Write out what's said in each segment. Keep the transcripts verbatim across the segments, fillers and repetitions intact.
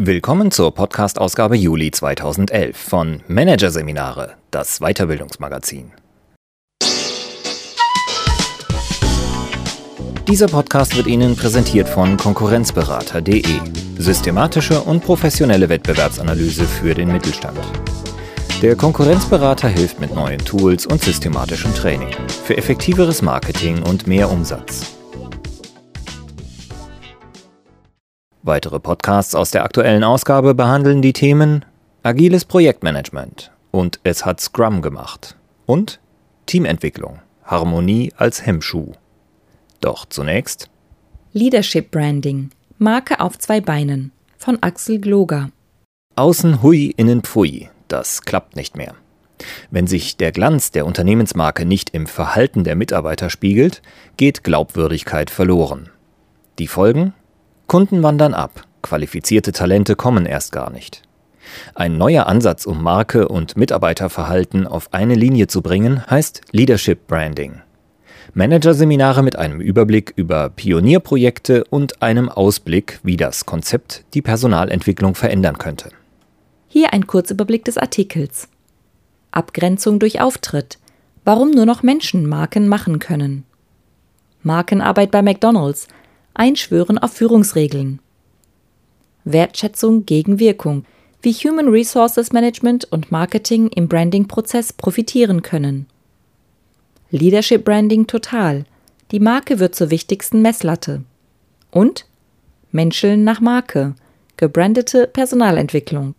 Willkommen zur Podcast-Ausgabe Juli zweitausendelf von Managerseminare, das Weiterbildungsmagazin. Dieser Podcast wird Ihnen präsentiert von Konkurrenzberater punkt de, systematische und professionelle Wettbewerbsanalyse für den Mittelstand. Der Konkurrenzberater hilft mit neuen Tools und systematischem Training für effektiveres Marketing und mehr Umsatz. Weitere Podcasts aus der aktuellen Ausgabe behandeln die Themen Agiles Projektmanagement und Es hat Scrum gemacht und Teamentwicklung, Harmonie als Hemmschuh. Doch zunächst Leadership Branding, Marke auf zwei Beinen von Axel Gloger. Außen hui, innen pfui, das klappt nicht mehr. Wenn sich der Glanz der Unternehmensmarke nicht im Verhalten der Mitarbeiter spiegelt, geht Glaubwürdigkeit verloren. Die Folgen? Kunden wandern ab, qualifizierte Talente kommen erst gar nicht. Ein neuer Ansatz, um Marke und Mitarbeiterverhalten auf eine Linie zu bringen, heißt Leadership Branding. Managerseminare mit einem Überblick über Pionierprojekte und einem Ausblick, wie das Konzept die Personalentwicklung verändern könnte. Hier ein Kurzüberblick des Artikels. Abgrenzung durch Auftritt. Warum nur noch Menschen Marken machen können. Markenarbeit bei McDonald's. Einschwören auf Führungsregeln. Wertschätzung gegen Wirkung. Wie Human Resources Management und Marketing im Branding-Prozess profitieren können. Leadership Branding total. Die Marke wird zur wichtigsten Messlatte. Und Menscheln nach Marke. Gebrandete Personalentwicklung.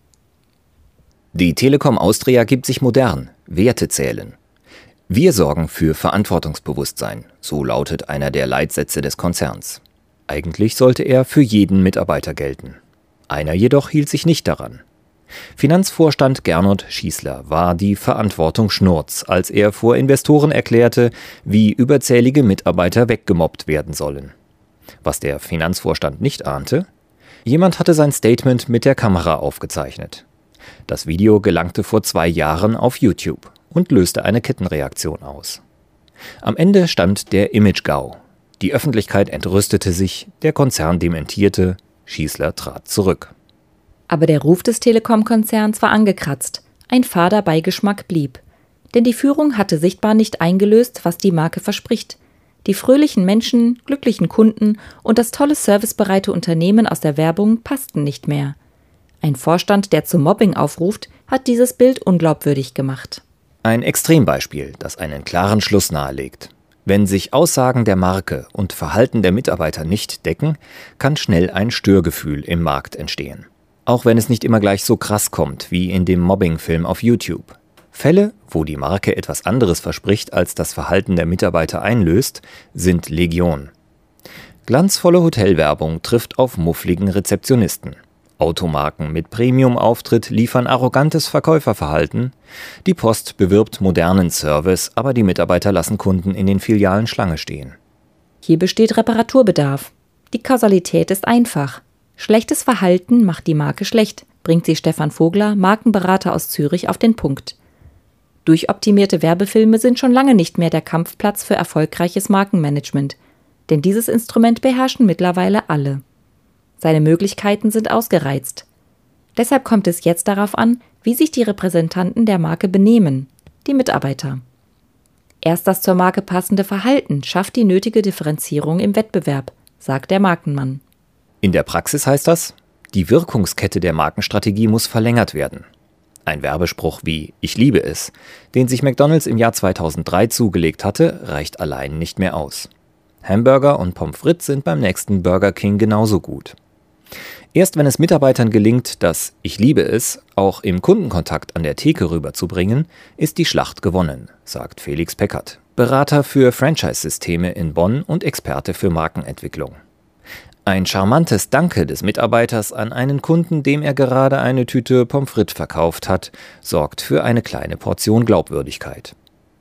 Die Telekom Austria gibt sich modern. Werte zählen. Wir sorgen für Verantwortungsbewusstsein, so lautet einer der Leitsätze des Konzerns. Eigentlich sollte er für jeden Mitarbeiter gelten. Einer jedoch hielt sich nicht daran. Finanzvorstand Gernot Schießler war die Verantwortung Schnurz, als er vor Investoren erklärte, wie überzählige Mitarbeiter weggemobbt werden sollen. Was der Finanzvorstand nicht ahnte? Jemand hatte sein Statement mit der Kamera aufgezeichnet. Das Video gelangte vor zwei Jahren auf YouTube und löste eine Kettenreaktion aus. Am Ende stand der Image-GAU. Die Öffentlichkeit entrüstete sich, der Konzern dementierte, Schießler trat zurück. Aber der Ruf des Telekom-Konzerns war angekratzt, ein fader Beigeschmack blieb. Denn die Führung hatte sichtbar nicht eingelöst, was die Marke verspricht. Die fröhlichen Menschen, glücklichen Kunden und das tolle servicebereite Unternehmen aus der Werbung passten nicht mehr. Ein Vorstand, der zum Mobbing aufruft, hat dieses Bild unglaubwürdig gemacht. Ein Extrembeispiel, das einen klaren Schluss nahelegt. Wenn sich Aussagen der Marke und Verhalten der Mitarbeiter nicht decken, kann schnell ein Störgefühl im Markt entstehen. Auch wenn es nicht immer gleich so krass kommt wie in dem Mobbing-Film auf YouTube. Fälle, wo die Marke etwas anderes verspricht, als das Verhalten der Mitarbeiter einlöst, sind Legion. Glanzvolle Hotelwerbung trifft auf muffligen Rezeptionisten. Automarken mit Premium-Auftritt liefern arrogantes Verkäuferverhalten. Die Post bewirbt modernen Service, aber die Mitarbeiter lassen Kunden in den Filialen Schlange stehen. Hier besteht Reparaturbedarf. Die Kausalität ist einfach. Schlechtes Verhalten macht die Marke schlecht, bringt sie Stefan Vogler, Markenberater aus Zürich, auf den Punkt. Durchoptimierte Werbefilme sind schon lange nicht mehr der Kampfplatz für erfolgreiches Markenmanagement. Denn dieses Instrument beherrschen mittlerweile alle. Seine Möglichkeiten sind ausgereizt. Deshalb kommt es jetzt darauf an, wie sich die Repräsentanten der Marke benehmen, die Mitarbeiter. Erst das zur Marke passende Verhalten schafft die nötige Differenzierung im Wettbewerb, sagt der Markenmann. In der Praxis heißt das, die Wirkungskette der Markenstrategie muss verlängert werden. Ein Werbespruch wie »Ich liebe es«, den sich McDonald's im Jahr zweitausenddrei zugelegt hatte, reicht allein nicht mehr aus. Hamburger und Pommes frites sind beim nächsten Burger King genauso gut. Erst wenn es Mitarbeitern gelingt, das »Ich liebe es« auch im Kundenkontakt an der Theke rüberzubringen, ist die Schlacht gewonnen, sagt Felix Peckert, Berater für Franchise-Systeme in Bonn und Experte für Markenentwicklung. Ein charmantes Danke des Mitarbeiters an einen Kunden, dem er gerade eine Tüte Pommes frites verkauft hat, sorgt für eine kleine Portion Glaubwürdigkeit.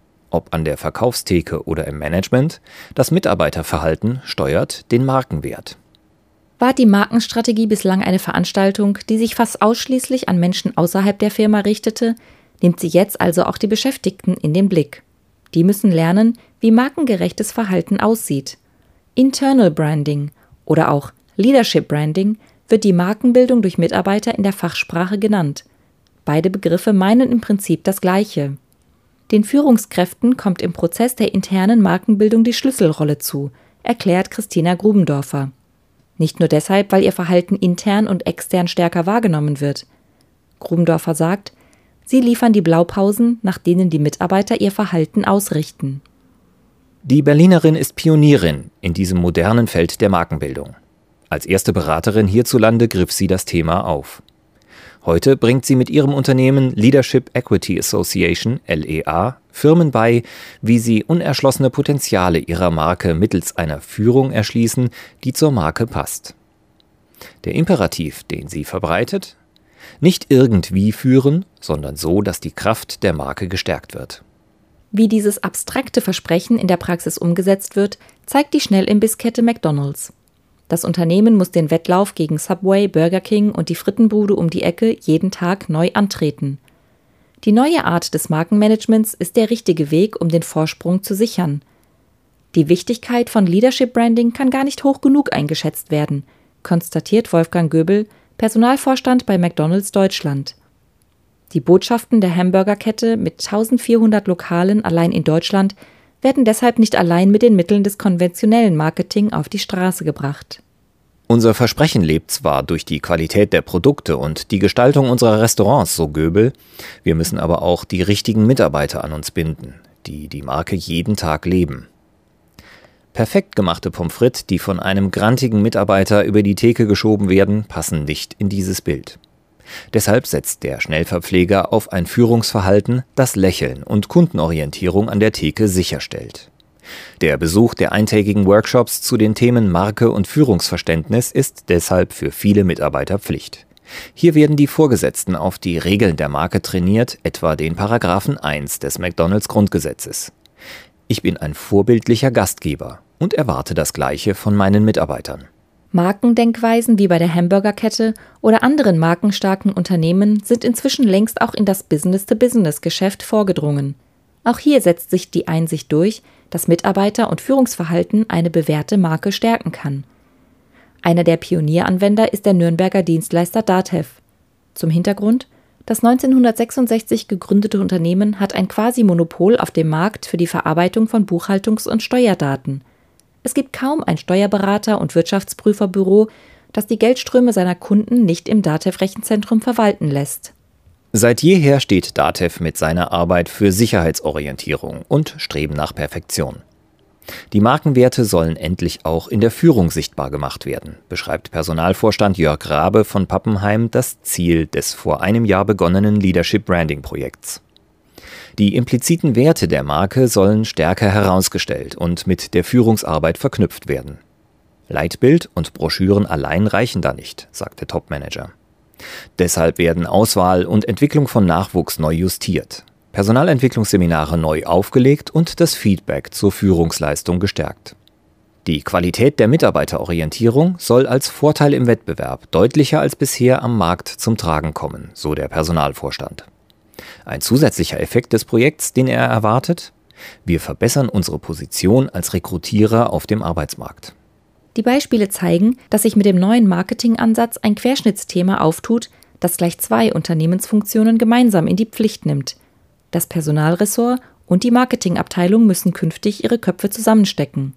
Ob an der Verkaufstheke oder im Management, das Mitarbeiterverhalten steuert den Markenwert. War die Markenstrategie bislang eine Veranstaltung, die sich fast ausschließlich an Menschen außerhalb der Firma richtete, nimmt sie jetzt also auch die Beschäftigten in den Blick. Die müssen lernen, wie markengerechtes Verhalten aussieht. Internal Branding oder auch Leadership Branding wird die Markenbildung durch Mitarbeiter in der Fachsprache genannt. Beide Begriffe meinen im Prinzip das Gleiche. Den Führungskräften kommt im Prozess der internen Markenbildung die Schlüsselrolle zu, erklärt Christina Grubendorfer. Nicht nur deshalb, weil ihr Verhalten intern und extern stärker wahrgenommen wird. Grubendorfer sagt, sie liefern die Blaupausen, nach denen die Mitarbeiter ihr Verhalten ausrichten. Die Berlinerin ist Pionierin in diesem modernen Feld der Markenbildung. Als erste Beraterin hierzulande griff sie das Thema auf. Heute bringt sie mit ihrem Unternehmen Leadership Equity Association, L E A, Firmen bei, wie sie unerschlossene Potenziale ihrer Marke mittels einer Führung erschließen, die zur Marke passt. Der Imperativ, den sie verbreitet? Nicht irgendwie führen, sondern so, dass die Kraft der Marke gestärkt wird. Wie dieses abstrakte Versprechen in der Praxis umgesetzt wird, zeigt die Schnellimbisskette McDonald's. Das Unternehmen muss den Wettlauf gegen Subway, Burger King und die Frittenbude um die Ecke jeden Tag neu antreten. Die neue Art des Markenmanagements ist der richtige Weg, um den Vorsprung zu sichern. Die Wichtigkeit von Leadership Branding kann gar nicht hoch genug eingeschätzt werden, konstatiert Wolfgang Göbel, Personalvorstand bei McDonald's Deutschland. Die Botschaften der Hamburgerkette mit eintausendvierhundert Lokalen allein in Deutschland werden deshalb nicht allein mit den Mitteln des konventionellen Marketing auf die Straße gebracht. Unser Versprechen lebt zwar durch die Qualität der Produkte und die Gestaltung unserer Restaurants, so Göbel, wir müssen aber auch die richtigen Mitarbeiter an uns binden, die die Marke jeden Tag leben. Perfekt gemachte Pommes frites, die von einem grantigen Mitarbeiter über die Theke geschoben werden, passen nicht in dieses Bild. Deshalb setzt der Schnellverpfleger auf ein Führungsverhalten, das Lächeln und Kundenorientierung an der Theke sicherstellt. Der Besuch der eintägigen Workshops zu den Themen Marke und Führungsverständnis ist deshalb für viele Mitarbeiter Pflicht. Hier werden die Vorgesetzten auf die Regeln der Marke trainiert, etwa den Paragraphen eins des McDonald's Grundgesetzes. Ich bin ein vorbildlicher Gastgeber und erwarte das Gleiche von meinen Mitarbeitern. Markendenkweisen wie bei der Hamburgerkette oder anderen markenstarken Unternehmen sind inzwischen längst auch in das Business-to-Business-Geschäft vorgedrungen. Auch hier setzt sich die Einsicht durch, dass Mitarbeiter- und Führungsverhalten eine bewährte Marke stärken kann. Einer der Pionieranwender ist der Nürnberger Dienstleister Datev. Zum Hintergrund: Das neunzehnhundertsechsundsechzig gegründete Unternehmen hat ein Quasi-Monopol auf dem Markt für die Verarbeitung von Buchhaltungs- und Steuerdaten. Es gibt kaum ein Steuerberater- und Wirtschaftsprüferbüro, das die Geldströme seiner Kunden nicht im Datev-Rechenzentrum verwalten lässt. Seit jeher steht Datev mit seiner Arbeit für Sicherheitsorientierung und Streben nach Perfektion. Die Markenwerte sollen endlich auch in der Führung sichtbar gemacht werden, beschreibt Personalvorstand Jörg Rabe von Pappenheim das Ziel des vor einem Jahr begonnenen Leadership Branding Projekts. Die impliziten Werte der Marke sollen stärker herausgestellt und mit der Führungsarbeit verknüpft werden. Leitbild und Broschüren allein reichen da nicht, sagt der Topmanager. Deshalb werden Auswahl und Entwicklung von Nachwuchs neu justiert, Personalentwicklungsseminare neu aufgelegt und das Feedback zur Führungsleistung gestärkt. Die Qualität der Mitarbeiterorientierung soll als Vorteil im Wettbewerb deutlicher als bisher am Markt zum Tragen kommen, so der Personalvorstand. Ein zusätzlicher Effekt des Projekts, den er erwartet: Wir verbessern unsere Position als Rekrutierer auf dem Arbeitsmarkt. Die Beispiele zeigen, dass sich mit dem neuen Marketingansatz ein Querschnittsthema auftut, das gleich zwei Unternehmensfunktionen gemeinsam in die Pflicht nimmt. Das Personalressort und die Marketingabteilung müssen künftig ihre Köpfe zusammenstecken.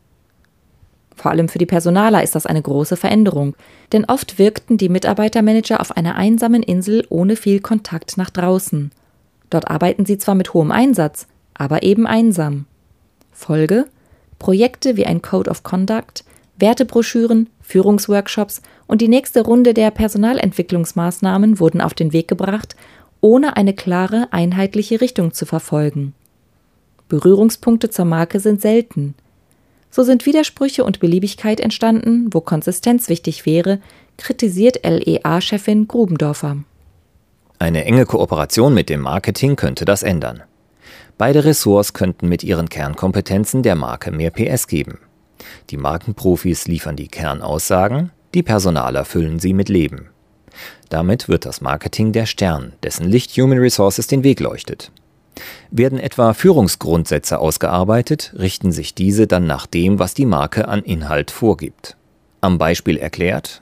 Vor allem für die Personaler ist das eine große Veränderung, denn oft wirkten die Mitarbeitermanager auf einer einsamen Insel ohne viel Kontakt nach draußen. Dort arbeiten sie zwar mit hohem Einsatz, aber eben einsam. Folge: Projekte wie ein Code of Conduct, Wertebroschüren, Führungsworkshops und die nächste Runde der Personalentwicklungsmaßnahmen wurden auf den Weg gebracht, ohne eine klare, einheitliche Richtung zu verfolgen. Berührungspunkte zur Marke sind selten. So sind Widersprüche und Beliebigkeit entstanden, wo Konsistenz wichtig wäre, kritisiert L E A-Chefin Grubendorfer. Eine enge Kooperation mit dem Marketing könnte das ändern. Beide Ressorts könnten mit ihren Kernkompetenzen der Marke mehr P S geben. Die Markenprofis liefern die Kernaussagen, die Personaler füllen sie mit Leben. Damit wird das Marketing der Stern, dessen Licht Human Resources den Weg leuchtet. Werden etwa Führungsgrundsätze ausgearbeitet, richten sich diese dann nach dem, was die Marke an Inhalt vorgibt. Am Beispiel erklärt: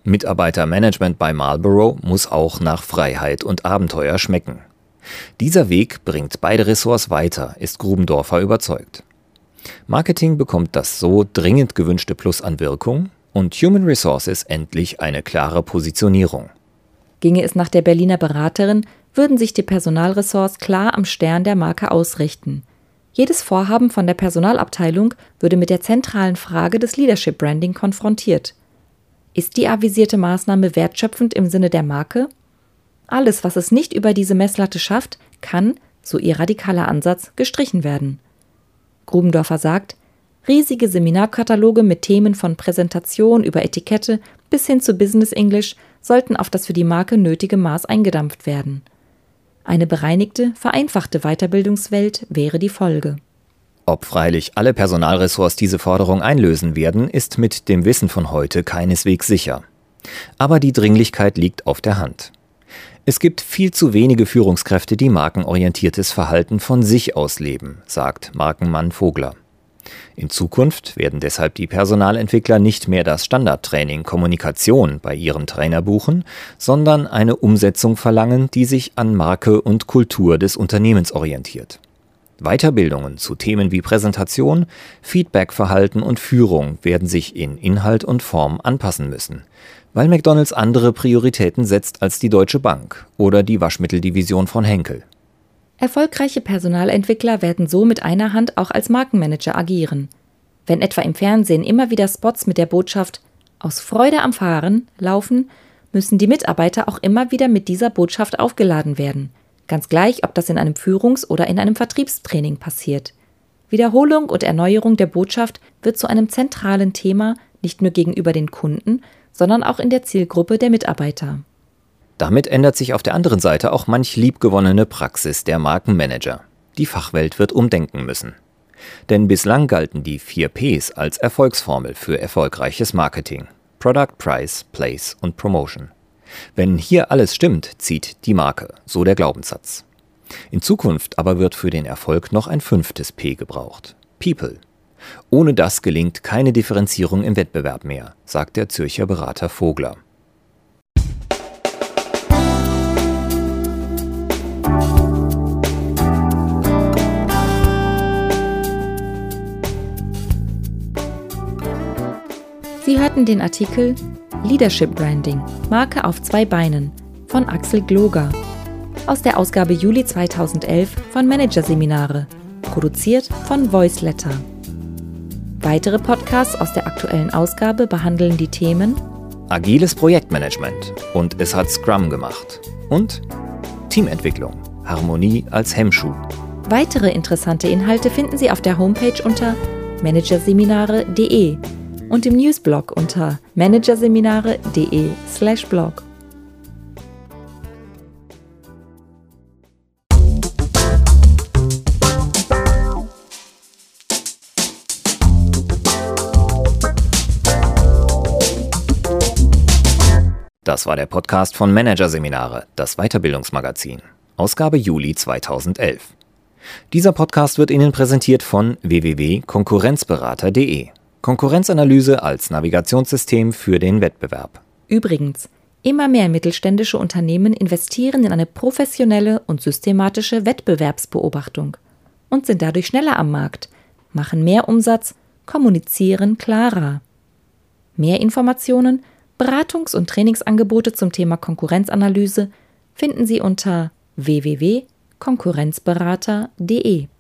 Mitarbeitermanagement bei Marlboro muss auch nach Freiheit und Abenteuer schmecken. Dieser Weg bringt beide Ressorts weiter, ist Grubendorfer überzeugt. Marketing bekommt das so dringend gewünschte Plus an Wirkung und Human Resources endlich eine klare Positionierung. Ginge es nach der Berliner Beraterin, würden sich die Personalressorts klar am Stern der Marke ausrichten. Jedes Vorhaben von der Personalabteilung würde mit der zentralen Frage des Leadership Branding konfrontiert. Ist die avisierte Maßnahme wertschöpfend im Sinne der Marke? Alles, was es nicht über diese Messlatte schafft, kann, so ihr radikaler Ansatz, gestrichen werden. Grubendorfer sagt, riesige Seminarkataloge mit Themen von Präsentation über Etikette bis hin zu Business English sollten auf das für die Marke nötige Maß eingedampft werden. Eine bereinigte, vereinfachte Weiterbildungswelt wäre die Folge. Ob freilich alle Personalressorts diese Forderung einlösen werden, ist mit dem Wissen von heute keineswegs sicher. Aber die Dringlichkeit liegt auf der Hand. Es gibt viel zu wenige Führungskräfte, die markenorientiertes Verhalten von sich aus leben, sagt Markenmann Vogler. In Zukunft werden deshalb die Personalentwickler nicht mehr das Standardtraining Kommunikation bei ihrem Trainer buchen, sondern eine Umsetzung verlangen, die sich an Marke und Kultur des Unternehmens orientiert. Weiterbildungen zu Themen wie Präsentation, Feedbackverhalten und Führung werden sich in Inhalt und Form anpassen müssen, weil McDonald's andere Prioritäten setzt als die Deutsche Bank oder die Waschmitteldivision von Henkel. Erfolgreiche Personalentwickler werden so mit einer Hand auch als Markenmanager agieren. Wenn etwa im Fernsehen immer wieder Spots mit der Botschaft »Aus Freude am Fahren« laufen, müssen die Mitarbeiter auch immer wieder mit dieser Botschaft aufgeladen werden. Ganz gleich, ob das in einem Führungs- oder in einem Vertriebstraining passiert. Wiederholung und Erneuerung der Botschaft wird zu einem zentralen Thema, nicht nur gegenüber den Kunden, sondern auch in der Zielgruppe der Mitarbeiter. Damit ändert sich auf der anderen Seite auch manch liebgewonnene Praxis der Markenmanager. Die Fachwelt wird umdenken müssen. Denn bislang galten die vier Ps als Erfolgsformel für erfolgreiches Marketing: Product, Price, Place und Promotion. Wenn hier alles stimmt, zieht die Marke, so der Glaubenssatz. In Zukunft aber wird für den Erfolg noch ein fünftes P gebraucht: People. Ohne das gelingt keine Differenzierung im Wettbewerb mehr, sagt der Zürcher Berater Vogler. Sie hörten den Artikel Leadership Branding – Marke auf zwei Beinen von Axel Gloger aus der Ausgabe Juli zweitausendelf von Managerseminare, produziert von Voiceletter. Weitere Podcasts aus der aktuellen Ausgabe behandeln die Themen Agiles Projektmanagement und es hat Scrum gemacht und Teamentwicklung, Harmonie als Hemmschuh. Weitere interessante Inhalte finden Sie auf der Homepage unter managerseminare punkt de und im Newsblog unter managerseminare punkt de slash blog. Das war der Podcast von Managerseminare, das Weiterbildungsmagazin, Ausgabe Juli zweitausendelf. Dieser Podcast wird Ihnen präsentiert von w w w punkt konkurrenzberater punkt de. Konkurrenzanalyse als Navigationssystem für den Wettbewerb. Übrigens, immer mehr mittelständische Unternehmen investieren in eine professionelle und systematische Wettbewerbsbeobachtung und sind dadurch schneller am Markt, machen mehr Umsatz, kommunizieren klarer. Mehr Informationen, Beratungs- und Trainingsangebote zum Thema Konkurrenzanalyse finden Sie unter w w w punkt konkurrenzberater punkt de.